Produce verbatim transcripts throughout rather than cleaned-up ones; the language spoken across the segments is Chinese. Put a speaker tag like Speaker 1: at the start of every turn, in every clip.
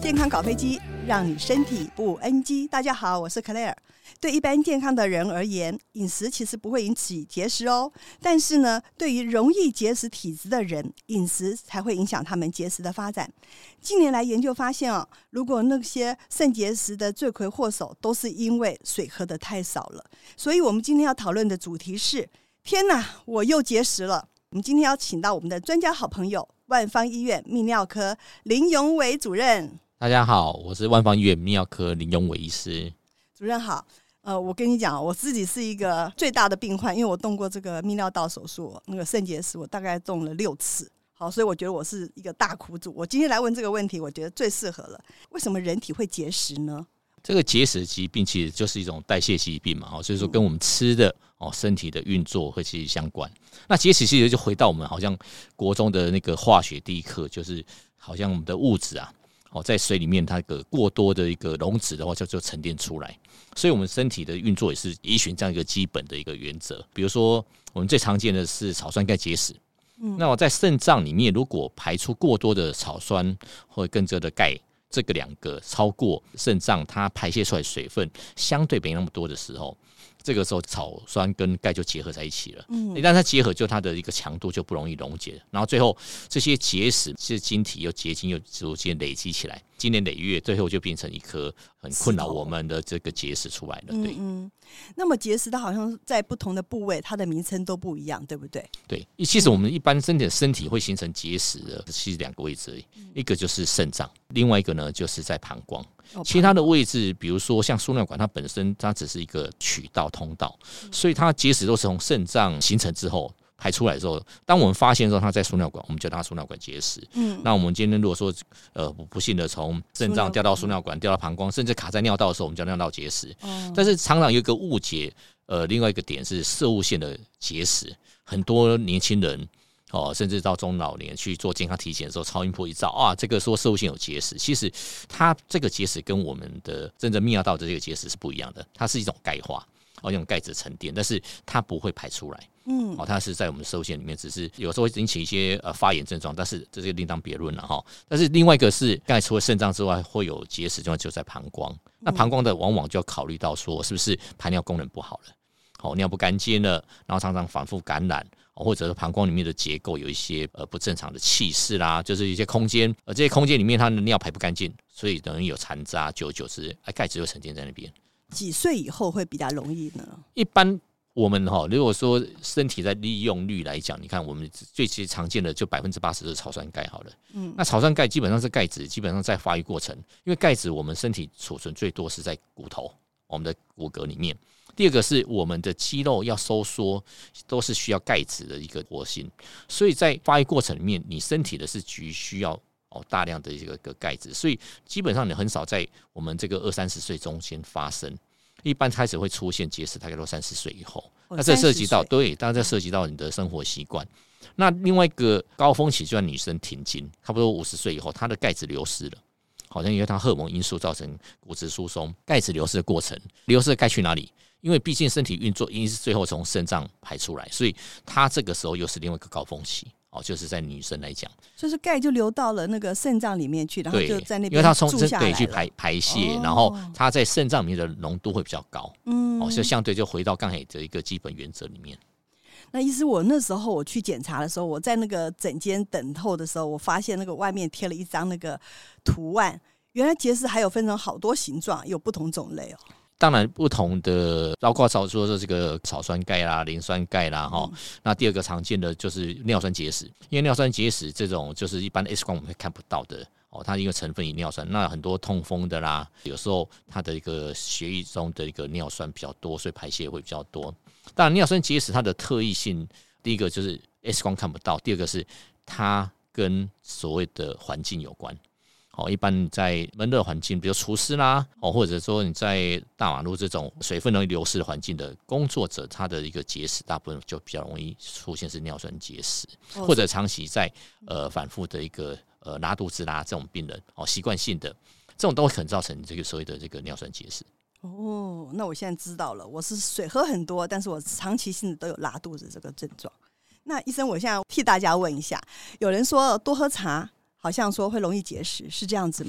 Speaker 1: 健康搞飞机，让你身体不 N G。 大家好，我是 Claire。 对一般健康的人而言，饮食其实不会引起结石哦，但是呢，对于容易结石体质的人，饮食才会影响他们结石的发展。近年来研究发现哦，如果那些肾结石的罪魁祸首都是因为水喝得太少了。所以我们今天要讨论的主题是：天哪，我又结石了。我们今天要请到我们的专家好朋友，万芳医院泌尿科林永伟主任。
Speaker 2: 大家好，我是万芳医院泌尿科林永伟医师。
Speaker 1: 主任好。呃，我跟你讲，我自己是一个最大的病患，因为我动过这个泌尿道手术，那个肾结石我大概动了六次。好，所以我觉得我是一个大苦主。我今天来问这个问题，我觉得最适合了。为什么人体会结石呢？
Speaker 2: 这个结石疾病其实就是一种代谢疾病嘛，所以说跟我们吃的、哦、身体的运作会息息相关。那结石其实就回到我们好像国中的那个化学第一课，就是好像我们的物质啊，哦、在水里面它个过多的一个溶质的话就就沉淀出来。所以我们身体的运作也是依循这样一个基本的一个原则。比如说我们最常见的是草酸钙结石，嗯、那么在肾脏里面如果排出过多的草酸或者跟着的钙，这个两个超过肾脏它排泄出来的水分相对没那么多的时候，这个时候草酸跟钙就结合在一起了。嗯，一旦它结合，就它的一个强度就不容易溶解，然后最后这些结石是晶体又结晶又逐渐累积起来，经年累月，最后就变成一颗很困扰我们的这个结石出来了。对，
Speaker 1: 嗯嗯。那么结石它好像在不同的部位，它的名称都不一样，对不对？
Speaker 2: 对，其实我们一般身体的身体会形成结石的，其实两个位置而已，嗯、一个就是肾脏，另外一个呢就是在膀胱。其他的位置，比如说像输尿管，它本身它只是一个渠道通道，所以它结石都是从肾脏形成之后排出来之后，当我们发现说它在输尿管，我们就叫它输尿管结石。嗯，那我们今天如果说呃不幸的从肾脏掉到输尿管，掉到膀胱，甚至卡在尿道的时候，我们叫尿道结石。哦、但是常常有一个误解，呃，另外一个点是攝護腺的结石，很多年轻人。哦，甚至到中老年去做健康体检的时候，超音波一照啊，这个说攝護腺有结石，其实它这个结石跟我们的真正泌尿道的这个结石是不一样的，它是一种钙化，哦，一种钙质沉淀，但是它不会排出来，嗯，哦，它是在我们攝護腺里面，只是有时候会引起一些呃发炎症状，但是这是另当别论了哈。但是另外一个是，刚才除了肾脏之外，会有结石，就在膀胱，那膀胱的往往就要考虑到说，是不是排尿功能不好了，好、哦，尿不干净了，然后常常反复感染。或者是膀胱里面的结构有一些呃不正常的气室啦，就是一些空间，呃这些空间里面它的尿排不干净，所以等于有残渣，久而久之，哎钙质会沉淀在那边。
Speaker 1: 几岁以后会比较容易呢？
Speaker 2: 一般我们哈，如果说身体在利用率来讲，你看我们最常见的就百分之八十是草酸钙好了。嗯，那草酸钙基本上是钙质，基本上在发育过程，因为钙质我们身体储存最多是在骨头，我们的骨骼里面。第二个是我们的肌肉要收缩，都是需要钙质的一个活性，所以在发育过程里面，你身体的是急需要哦大量的一个钙质，所以基本上你很少在我们这个二三十岁中间发生，一般开始会出现结石，大概都三十岁以后。那这涉及到对，当然这涉及到你的生活习惯。那另外一个高峰期就像女生停经，差不多五十岁以后，她的钙质流失了。好像因为它荷尔蒙因素造成骨质疏松、钙质流失的过程，流失的钙去哪里？因为毕竟身体运作一定是最后从肾脏排出来，所以它这个时候又是另外一个高峰期。哦，就是在女生来讲，
Speaker 1: 就是钙就流到了那个肾脏里面去，然后就在那边
Speaker 2: 因为它从
Speaker 1: 住下来了，
Speaker 2: 对去排排泄，哦、然后它在肾脏里面的浓度会比较高，嗯，哦，所以相对就回到刚才的一个基本原则里面。
Speaker 1: 那医师，我那时候我去检查的时候，我在那个诊间等候的时候，我发现那个外面贴了一张那个图案，原来结石还有分成好多形状，有不同种类哦。
Speaker 2: 当然不同的，包括说说这个草酸钙啦、磷酸钙啦、嗯、那第二个常见的就是尿酸结石，因为尿酸结石这种就是一般 X 光我们会看不到的哦，它一个成分以尿酸，那很多痛风的啦，有时候它的一个血液中的一个尿酸比较多，所以排泄会比较多。当然尿酸结石它的特异性，第一个就是 X 光看不到，第二个是它跟所谓的环境有关。一般你在闷热环境，比如厨师啦，或者说你在大马路这种水分容易流失的环境的工作者，他的一个结石大部分就比较容易出现是尿酸结石，哦、或者长期在呃反复的一个呃拉肚子啦这种病人哦，习惯性的这种都可能造成这个所谓的这个尿酸结石。
Speaker 1: 哦，那我现在知道了，我是水喝很多，但是我长期性的都有拉肚子这个症状。那医生，我现在替大家问一下，有人说多喝茶好像说会容易结石，是这样子吗？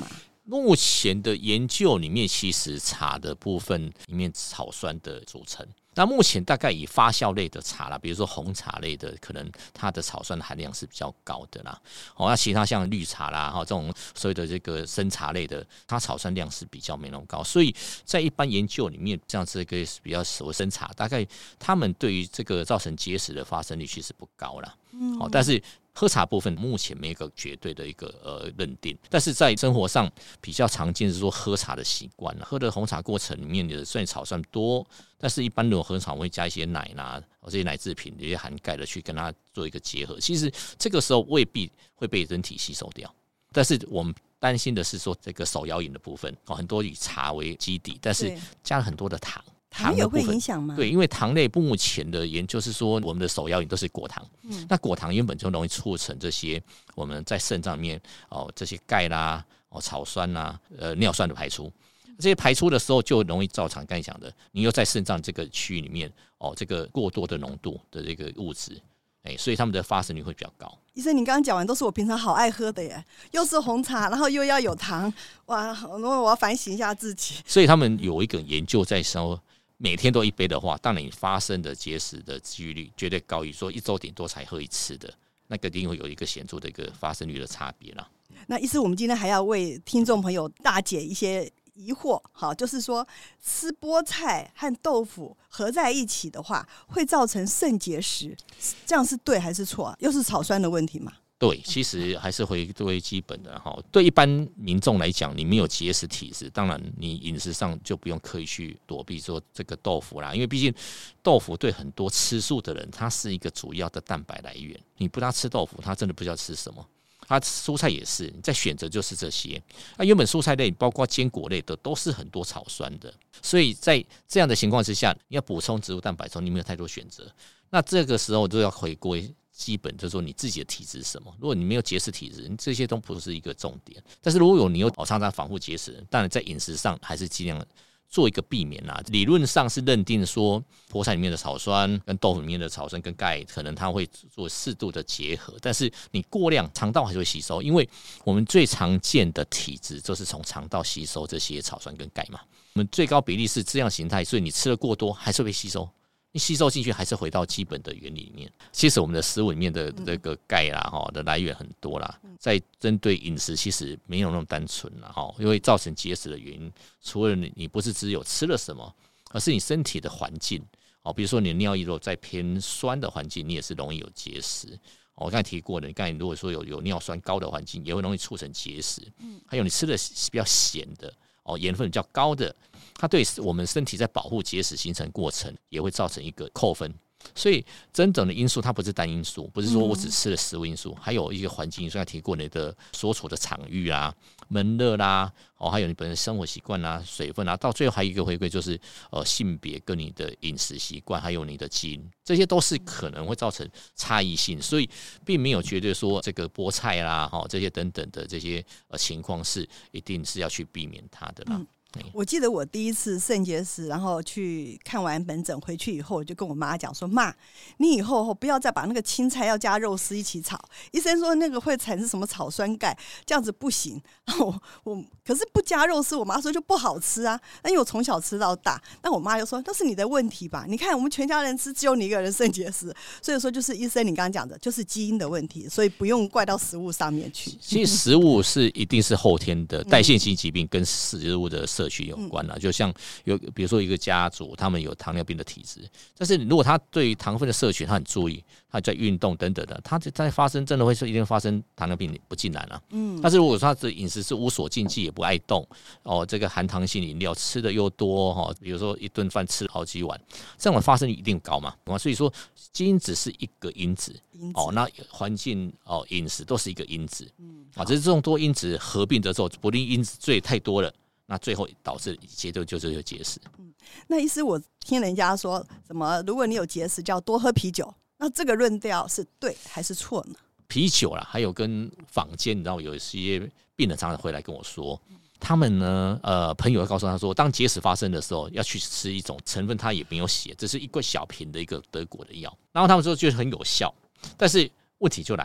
Speaker 2: 目前的研究里面，其实茶的部分里面草酸的组成。那目前大概以发酵类的茶啦，比如说红茶类的，可能它的草酸的含量是比较高的啦。哦，那其他像绿茶啦，哈，这种所谓的这个生茶类的，它草酸量是比较没那么高。所以在一般研究里面，这样这个比较所谓生茶，大概他们对于这个造成结石的发生率其实不高啦。嗯，但是喝茶部分目前没有一个绝对的一个呃认定，但是在生活上比较常见是说喝茶的习惯，喝的红茶过程里面的虽然草酸多，但是一般如果喝茶会加一些奶啦，这些奶制品这些含钙的去跟它做一个结合，其实这个时候未必会被人体吸收掉，但是我们担心的是说这个手摇饮的部分，很多以茶为基底，但是加了很多的糖。
Speaker 1: 糖也会影响吗？
Speaker 2: 对，因为糖类目前的研究是说，我们的手摇饮都是果糖，嗯、那果糖原本就容易促成这些我们在肾脏里面哦这些钙啦、哦草酸啦、呃尿酸的排出，这些排出的时候就容易造成刚才讲的，你又在肾脏这个区域里面哦这个过多的浓度的这个物质。欸、所以他们的发生率会比较高。
Speaker 1: 医生，你刚刚讲完都是我平常好爱喝的耶，又是红茶，然后又要有糖，哇！我要反省一下自己。
Speaker 2: 所以他们有一个研究在说，每天都一杯的话，当你发生的结石的几率绝对高于说一周顶多才喝一次的，那个一定会有一个显著的一个发生率的差别啦。
Speaker 1: 那医师，我们今天还要为听众朋友大解一些疑惑，好，就是说吃菠菜和豆腐合在一起的话，会造成肾结石，这样是对还是错、啊？又是草酸的问题吗？
Speaker 2: 对，其实还是回归基本的哈。对一般民众来讲，你没有结石体质，当然你饮食上就不用刻意去躲避说这个豆腐啦，因为毕竟豆腐对很多吃素的人，它是一个主要的蛋白来源。你不让他吃豆腐，他真的不知道吃什么。它蔬菜也是，你在选择就是这些。那原本蔬菜类，包括坚果类的，都是很多草酸的，所以在这样的情况之下，你要补充植物蛋白的时候，你没有太多选择。那这个时候就要回归基本，就是说你自己的体质是什么。如果你没有结石体质，这些都不是一个重点。但是如果有你有常常反复结石，当然在饮食上还是尽量做一个避免啦。理论上是认定说，菠菜里面的草酸跟豆腐里面的草酸跟钙，可能它会做适度的结合，但是你过量，肠道还是会吸收，因为我们最常见的体质就是从肠道吸收这些草酸跟钙嘛。我们最高比例是这样形态，所以你吃的过多还是会吸收。你吸收进去还是回到基本的原理里面。其实我们的食物里面的这个钙啦哈的来源很多啦，在针对饮食其实没有那么单纯啦哈，因为造成结石的原因，除了你不是只有吃了什么，而是你身体的环境哦，比如说你的尿液如果在偏酸的环境，你也是容易有结石。我刚才提过的，你刚才如果说有有尿酸高的环境，也会容易促成结石。还有你吃的比较咸的哦，盐分比较高的。它对我们身体在保护结石形成过程也会造成一个扣分，所以真正的因素它不是单因素，不是说我只吃了食物因素，还有一个环境因素，刚才提过你的所处的场域啊、闷热啦，哦，还有你本身生活习惯啦、水分啊，到最后还有一个回归就是呃性别跟你的饮食习惯，还有你的基因，这些都是可能会造成差异性，所以并没有绝对说这个菠菜啦、哦这些等等的这些呃情况是一定是要去避免它的啦。嗯，
Speaker 1: 我记得我第一次肾结石，然后去看完门诊回去以后，我就跟我妈讲说：“妈，你以后不要再把那个青菜要加肉丝一起炒。医生说那个会产生什么草酸钙，这样子不行。”然后我我可是不加肉丝，我妈说就不好吃啊。那因为我从小吃到大，那我妈就说那是你的问题吧？你看我们全家人吃，只有你一个人肾结石，所以说就是医生你刚刚讲的，就是基因的问题，所以不用怪到食物上面去。
Speaker 2: 其实食物是一定是后天的代谢性疾病跟食物的摄取有关啦，就像有比如说一个家族，他们有糖尿病的体质，但是如果他对于糖分的摄取他很注意，他在运动等等的，他在发生真的会是一定发生糖尿病不尽然啊。嗯，但是如果说他的饮食是无所禁忌，也不爱动哦，这个含糖性饮料吃的又多哈，比如说一顿饭吃了好几碗，这样的发生率一定高嘛。所以说基因只是一个因子，因子哦，那环境哦饮食都是一个因子，嗯，啊，只是这种多因子合并的时候，不利因子最太多了。那最后导致一切都就是有结石。嗯，
Speaker 1: 那意思我听人家说什么，如果你有结石，叫多喝啤酒，那这个论调是对还是错呢？
Speaker 2: 啤酒啦，还有跟坊间，你知道有一些病人常常会来跟我说，他们呢，呃，朋友会告诉他说，当结石发生的时候，要去吃一种成分他也没有写，只是一罐小瓶的一个德国的药，然后他们说觉得很有效，但是问题就来了。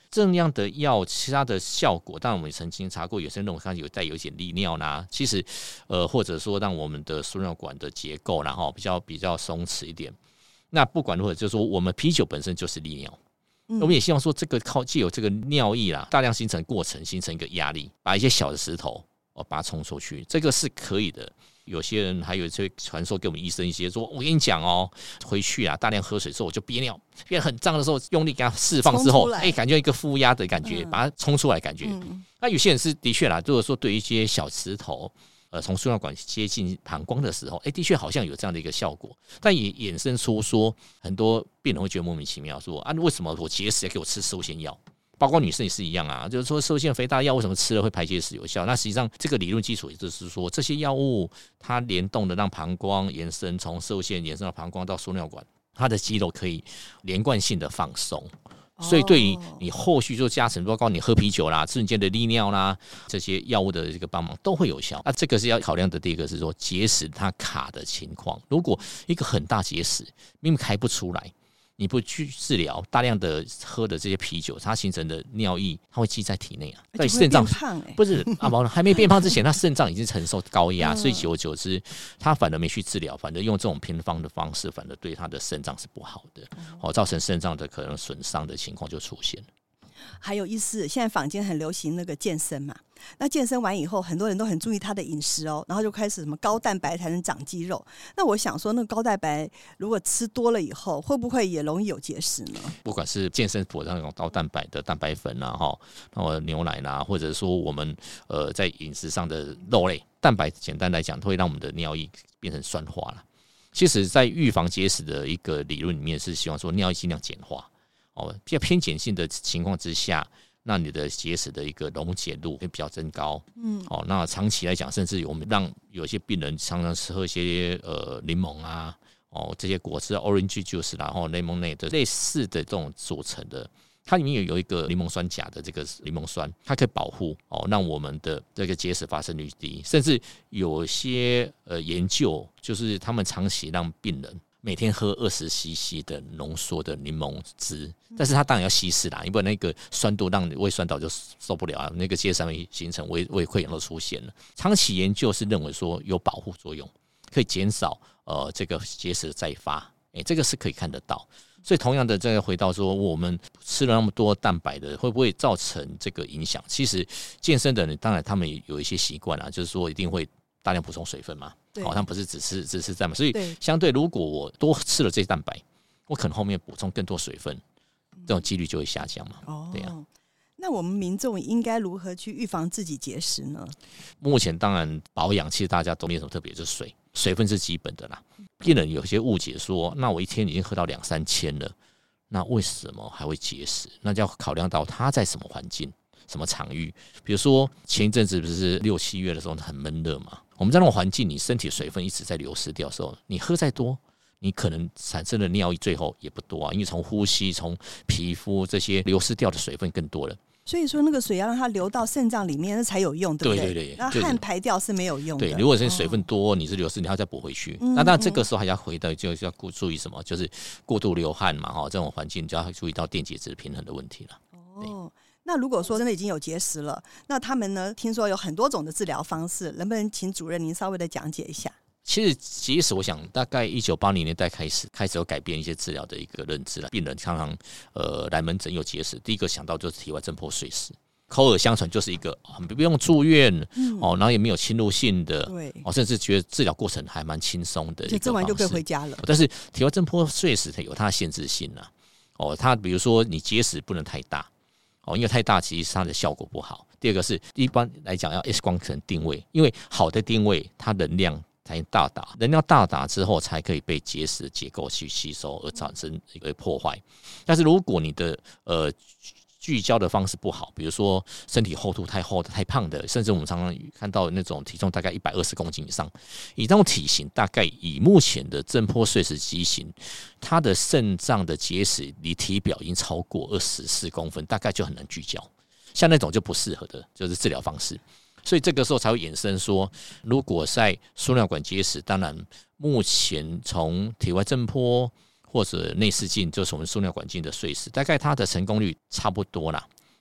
Speaker 2: 这样的药其他的效果，当然我们曾经查过，有些人看有带有一点利尿啦，其实呃或者说让我们的输尿管的结构然后比较比较松弛一点。那不管如何，就是说我们啤酒本身就是利尿。我们也希望说，这个靠藉由这个尿液啦，大量形成过程，形成一个压力，把一些小的石头哦，把它冲出去，这个是可以的。有些人还有一些传说给我们医生一些说，我跟你讲哦，回去啊，大量喝水之后我就憋尿，憋得很胀的时候，用力给它释放之后，哎、欸，感觉一个负压的感觉，把它冲出来的感觉。嗯、那有些人是的确啦，如果说对于一些小石头。呃，从输尿管接近膀胱的时候，哎，的确好像有这样的一个效果，但也衍生出说，很多病人会觉得莫名其妙，说啊，为什么我结石要给我吃瘦腺药？包括女生也是一样啊，就是说瘦腺肥大药为什么吃了会排结石有效？那实际上这个理论基础也就是说，这些药物它联动的让膀胱延伸，从瘦腺延伸到膀胱到输尿管，它的肌肉可以连贯性的放松。所以对于你后续就加成，包括你喝啤酒啦、瞬间的利尿啦，这些药物的这个帮忙都会有效。那这个是要考量的。第一个是说结石它卡的情况，如果一个很大结石明明开不出来，你不去治疗，大量的喝的这些啤酒，它形成的尿液，它会积在体内啊。
Speaker 1: 对肾脏、欸、
Speaker 2: 不是啊，还没变胖之前，它肾脏已经承受高压，所以久而久之，它反而没去治疗，反而用这种偏方的方式，反而对它的肾脏是不好的，哦，造成肾脏的可能损伤的情况就出现了。
Speaker 1: 还有意思，现在坊间很流行那个健身嘛，那健身完以后，很多人都很注意他的饮食哦，然后就开始什么高蛋白才能长肌肉。那我想说，那个高蛋白如果吃多了以后，会不会也容易有结石呢？
Speaker 2: 不管是健身补上那种高蛋白的蛋白粉啊，哈，然后牛奶啦，或者说我们呃在饮食上的肉类蛋白，简单来讲，会让我们的尿液变成酸化了。其实，在预防结石的一个理论里面，是希望说尿液尽量简化。哦，比较偏碱性的情况之下，那你的结石的一个溶解度会比较增高。嗯，哦，那长期来讲，甚至我们让有些病人常常喝一些呃柠檬啊，哦这些果汁 orange juice 然后 lemonade 类似的这种组成的，它里面有有一个柠檬酸钾的这个柠檬酸，它可以保护哦，让我们的这个结石发生率低。甚至有些呃研究，就是他们长期让病人每天喝二十 C C 的浓缩的柠檬汁，但是它当然要稀释啦，因为那个酸度让胃酸导就受不了啊，那个结石会形成胃胃溃疡都出现了。长期研究是认为说有保护作用，可以减少呃这个结石的再发，哎、欸，这个是可以看得到。所以同样的，再回到说，我们吃了那么多蛋白的，会不会造成这个影响？其实健身的人，当然他们有一些习惯啊，就是说一定会大量补充水分嘛。好、哦，他们不是只吃只吃蛋白，所以相对如果我多吃了这些蛋白，我可能后面补充更多水分，这种几率就会下降嘛。哦，对啊。
Speaker 1: 那我们民众应该如何去预防自己结石呢？
Speaker 2: 目前当然保养其实大家都没有什么特别，就是水，水分是基本的啦。病人有些误解说，那我一天已经喝到两三千了，那为什么还会结石？那就要考量到他在什么环境、什么场域。比如说前一阵子不是六七月的时候很闷热嘛，我们在那种环境，你身体水分一直在流失掉的时候，你喝再多，你可能产生的尿液最后也不多啊，因为从呼吸、从皮肤这些流失掉的水分更多了。
Speaker 1: 所以说那个水要让它流到肾脏里面那才有用，对不对？
Speaker 2: 对对对，
Speaker 1: 然后汗排掉是没有用的。
Speaker 2: 对，如果是水分多，你是流失，你还要再补回去。嗯、那当然这个时候还要回到，就要注意什么？就是过度流汗嘛，哈，这种环境就要注意到电解质平衡的问题了。
Speaker 1: 哦，那如果说真的已经有结石了，那他们呢？听说有很多种的治疗方式，能不能请主任您稍微的讲解一下？
Speaker 2: 其实结石，我想大概一九八零年代开始，开始有改变一些治疗的一个认知了。病人常常呃来门诊有结石，第一个想到就是体外震波碎石，口耳相传就是一个不用住院、嗯哦、然后也没有侵入性的，对哦，甚至觉得治疗过程还蛮轻松的一个方式，
Speaker 1: 治完就可以回家了。
Speaker 2: 但是体外震波碎石有它的限制性啊，哦，它比如说你结石不能太大。哦，因为太大其实它的效果不好。第二个是一般来讲要 X 光可能定位，因为好的定位它能量才到达，能量到达之后才可以被结石的结构去吸收而产生一个破坏。但是如果你的呃聚焦的方式不好，比如说身体厚度太厚的、太胖的，甚至我们常常看到那种体重大概一百二十公斤以上，以这种体型，大概以目前的震波碎石畸形，它的肾脏的结石离体表已经超过二十四公分，大概就很难聚焦。像那种就不适合的，就是治疗方式。所以这个时候才会衍生说，如果在输尿管结石，当然目前从体外震波或者内视镜，就是我们输尿管镜的碎石，大概它的成功率差不多啦。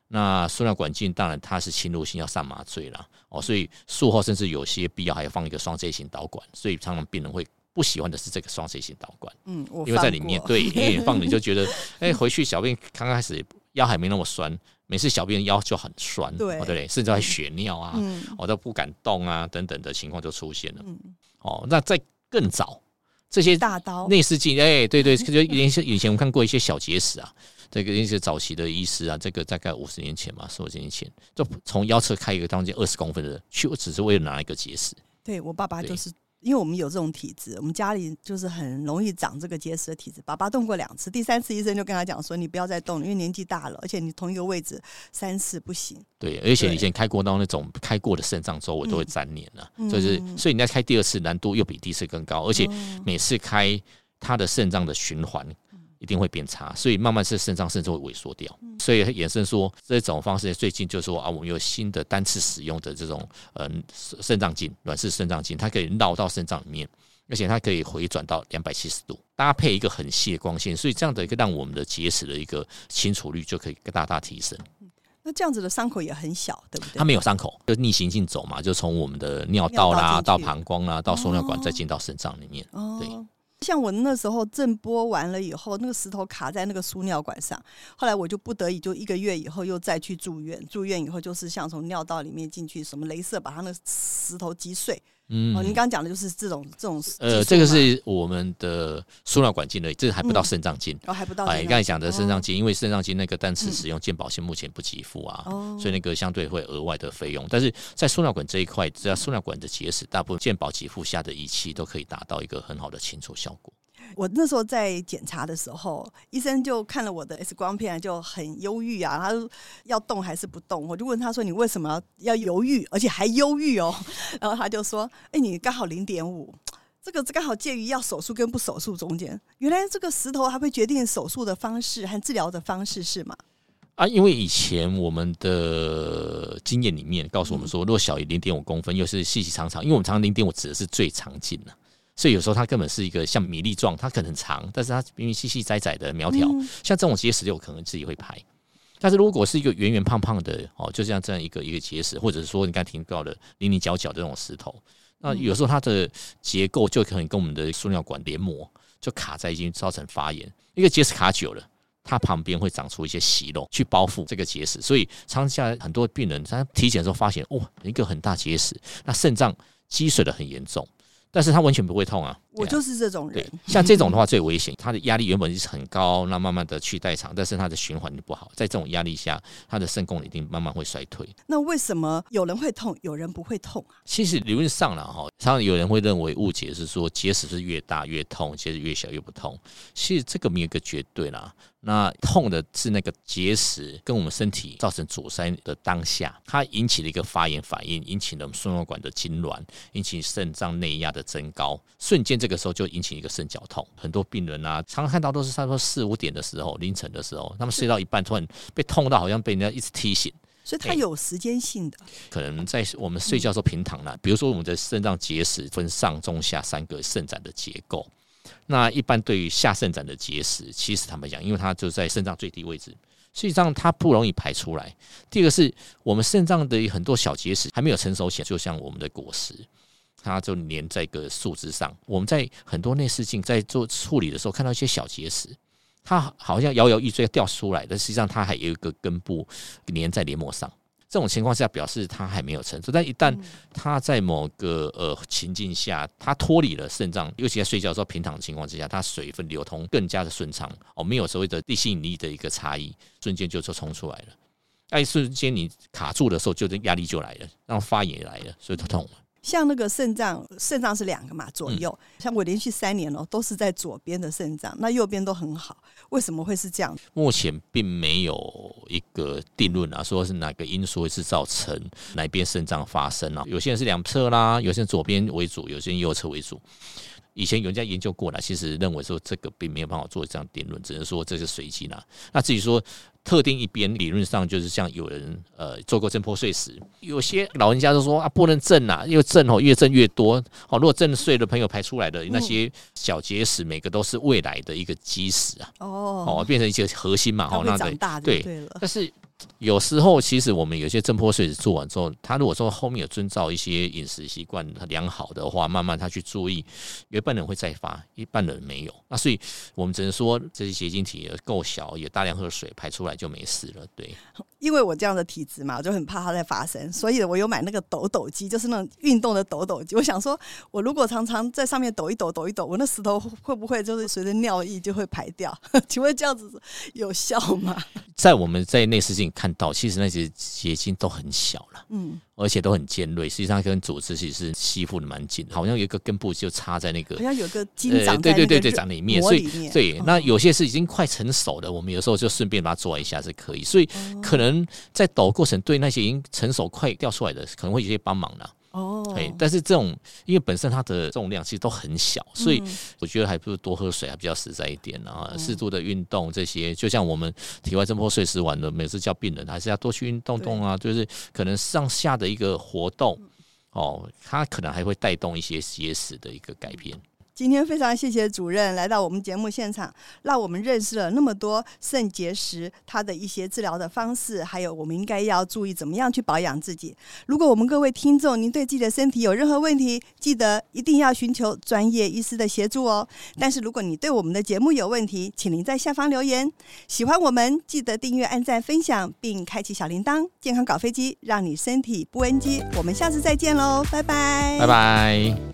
Speaker 2: 那输尿管镜当然它是侵入性要上麻醉啦，哦，所以术后甚至有些必要还要放一个双 J 型导管，所以常常病人会不喜欢的是这个双 J 型导管，
Speaker 1: 嗯，我
Speaker 2: 因为在里面对，因为放你就觉得，哎、欸，回去小便刚开始腰还没那么酸，每次小便腰就很酸，对、哦、对不对？甚至还血尿啊，嗯、我、哦、都不敢动啊，等等的情况就出现了。嗯、哦，那在更早这些
Speaker 1: 大刀
Speaker 2: 内视镜，哎、欸，对对，就以前以前我们看过一些小结石啊。这个一些早期的医师啊，这个大概五十年前嘛，十五年前，就从腰侧开一个将近二十公分的，去只是为了拿一个结石。
Speaker 1: 对我爸爸就是，因为我们有这种体质，我们家里就是很容易长这个结石的体质。爸爸动过两次，第三次医生就跟他讲说：“你不要再动了，因为年纪大了，而且你同一个位置三次不行。”
Speaker 2: 对，而且以前开过刀那种开过的肾脏周围都会粘连了、嗯，就是所以你在开第二次难度又比第一次更高，而且每次开他的肾脏的循环一定会变差，所以慢慢是肾脏甚至会萎缩掉，所以衍生说这种方式，最近就说啊，我们有新的单次使用的这种呃肾脏镜，软式肾脏镜，它可以绕到肾脏里面，而且它可以回转到两百七十度，搭配一个很细的光线，所以这样的一个让我们的结石的一个清除率就可以大大提升。
Speaker 1: 那这样子的伤口也很小，对不对？
Speaker 2: 它没有伤口，就逆行性走嘛，就从我们的尿道啦到膀胱啦，到输尿管，再进到肾脏里面。哦、对。
Speaker 1: 像我那时候震波完了以后，那个石头卡在那个输尿管上，后来我就不得已就一个月以后又再去住院，住院以后就是像从尿道里面进去什么雷射把它那个石头击碎。嗯，哦，您刚刚讲的就是这种这种
Speaker 2: 呃，这个是我们的输尿管镜的，这还不到肾脏镜、
Speaker 1: 嗯，哦，还不到肾脏镜。哎，
Speaker 2: 刚才讲的肾脏镜、哦，因为肾脏镜那个单次使用健保险目前不给付啊、嗯，所以那个相对会额外的费用。但是在输尿管这一块，只要输尿管的结石，大部分健保给付下的仪器都可以达到一个很好的清除效果。
Speaker 1: 我那时候在检查的时候，医生就看了我的 X 光片，就很忧郁啊，他说要动还是不动？我就问他说：“你为什么要犹豫，而且还忧郁哦？”然后他就说：“哎、欸，你刚好零点五，这个刚好介于要手术跟不手术中间。原来这个石头还会决定手术的方式和治疗的方式，是吗？”
Speaker 2: 啊，因为以前我们的经验里面告诉我们说，如果小于零点五公分，又是细细长长，因为我们常常零点五指的是最长径的。所以有时候它根本是一个像米粒状，它可能很长，但是它明明细细窄窄的苗条、嗯，像这种结石就有可能自己会排。但是如果是一个圆圆胖胖的哦，就像这样一个一个结石，或者是说你刚才提到的零零角角的这种石头，那有时候它的结构就可能跟我们的输尿管黏膜就卡在，已经造成发炎。一个结石卡久了，它旁边会长出一些息肉去包覆这个结石，所以长期下来很多病人他体检的时候发现，哇、哦，一个很大结石，那肾脏积水的很严重。但是它完全不会痛啊！
Speaker 1: 我就是这种人。
Speaker 2: 像这种的话最危险，它的压力原本是很高，那慢慢的去代偿，但是它的循环就不好，在这种压力下，它的肾功能一定慢慢会衰退。
Speaker 1: 那为什么有人会痛，有人不会痛啊？
Speaker 2: 其实理论上啦，常常有人会认为误解是说结石是越大越痛，结石越小越不痛。其实这个没有一个绝对啦。那痛的是那个结石跟我们身体造成阻塞的当下，它引起了一个发炎反应，引起了我们输尿管的痉挛，引起肾脏内压的增高，瞬间这个时候就引起一个肾绞痛。很多病人啊，常常看到都是差不多四五点的时候，凌晨的时候，他们睡到一半突然被痛到好像被人家一直踢醒。
Speaker 1: 所以它有时间性的，
Speaker 2: 可能在我们睡觉的时候平躺啦，比如说我们的肾脏结石分上中下三个肾盏的结构。那一般对于下肾盏的结石，其实坦白讲，因为它就在肾脏最低位置，实际上它不容易排出来。第二个是我们肾脏的很多小结石还没有成熟起来，就像我们的果实，它就粘在一个树枝上。我们在很多内视镜在做处理的时候，看到一些小结石，它好像摇摇欲坠掉出来，但实际上它还有一个根部粘在黏膜上。这种情况下表示它还没有成熟，但一旦它在某个呃情境下，它脱离了肾脏，尤其在睡觉的时候平躺的情况之下，它水分流通更加的顺畅哦，没有所谓的地心引力的一个差异，瞬间就就冲出来了。哎，瞬间你卡住的时候，就压力就来了，让发炎来了，所以它痛了。
Speaker 1: 像那个肾脏，肾脏是两个嘛，左右。嗯、像我连续三年哦，都是在左边的肾脏，那右边都很好。为什么会是这样？
Speaker 2: 目前并没有一个定论啊，说是哪个因素会是造成哪边肾脏发生啊？有些人是两侧啦，有些人左边为主，有些人右侧为主。以前有人家研究过了，其实认为说这个并没有办法做这样定论，只能说这是随机啦。那至于说特定一边，理论上就是像有人呃做过震波碎石，有些老人家都说啊不能震啊，因为震哦越震越多哦。如果震碎的朋友排出来的那些小结石，每个都是未来的一个基石啊，哦，哦变成一些核心嘛，
Speaker 1: 它会长大就对了。
Speaker 2: 但是有时候其实我们有些震波碎石做完之后，他如果说后面有遵照一些饮食习惯良好的话，慢慢他去注意，有一半人会再发，一半人没有。那所以我们只能说这些结晶体也够小，也大量喝水排出来就没事了。对，
Speaker 1: 因为我这样的体质嘛，我就很怕它再发生，所以我有买那个抖抖机，就是那种运动的抖抖机。我想说，我如果常常在上面抖一抖抖一抖，我那石头会不会就是随着尿液就会排掉？请问这样子有效吗？
Speaker 2: 在我们在内视镜看到，其实那些结晶都很小了，嗯，而且都很尖锐，实际上跟组织其实是吸附的蛮紧的，好像有一个根部就插在那个，
Speaker 1: 好像有个筋长在
Speaker 2: 那个、呃、对对对长里面，所以对，
Speaker 1: 哦、
Speaker 2: 那有些是已经快成熟的，我们有时候就顺便把它抓一下是可以，所以可能在抖过程对那些已经成熟快掉出来的，可能会有些帮忙啦。哦，对，但是这种因为本身它的重量其实都很小，所以我觉得还不如多喝水还比较实在一点啊。适度的运动这些，就像我们体外震波碎石完了，每次叫病人还是要多去运动动啊，就是可能上下的一个活动哦，它可能还会带动一些结石的一个改变。
Speaker 1: 今天非常谢谢主任来到我们节目现场，让我们认识了那么多肾结石它的一些治疗的方式，还有我们应该要注意怎么样去保养自己。如果我们各位听众您对自己的身体有任何问题，记得一定要寻求专业医师的协助哦。但是如果你对我们的节目有问题，请您在下方留言。喜欢我们记得订阅按赞分享并开启小铃铛。健康搞飞机，让你身体不 N G。我们下次再见喽，拜拜
Speaker 2: 拜拜。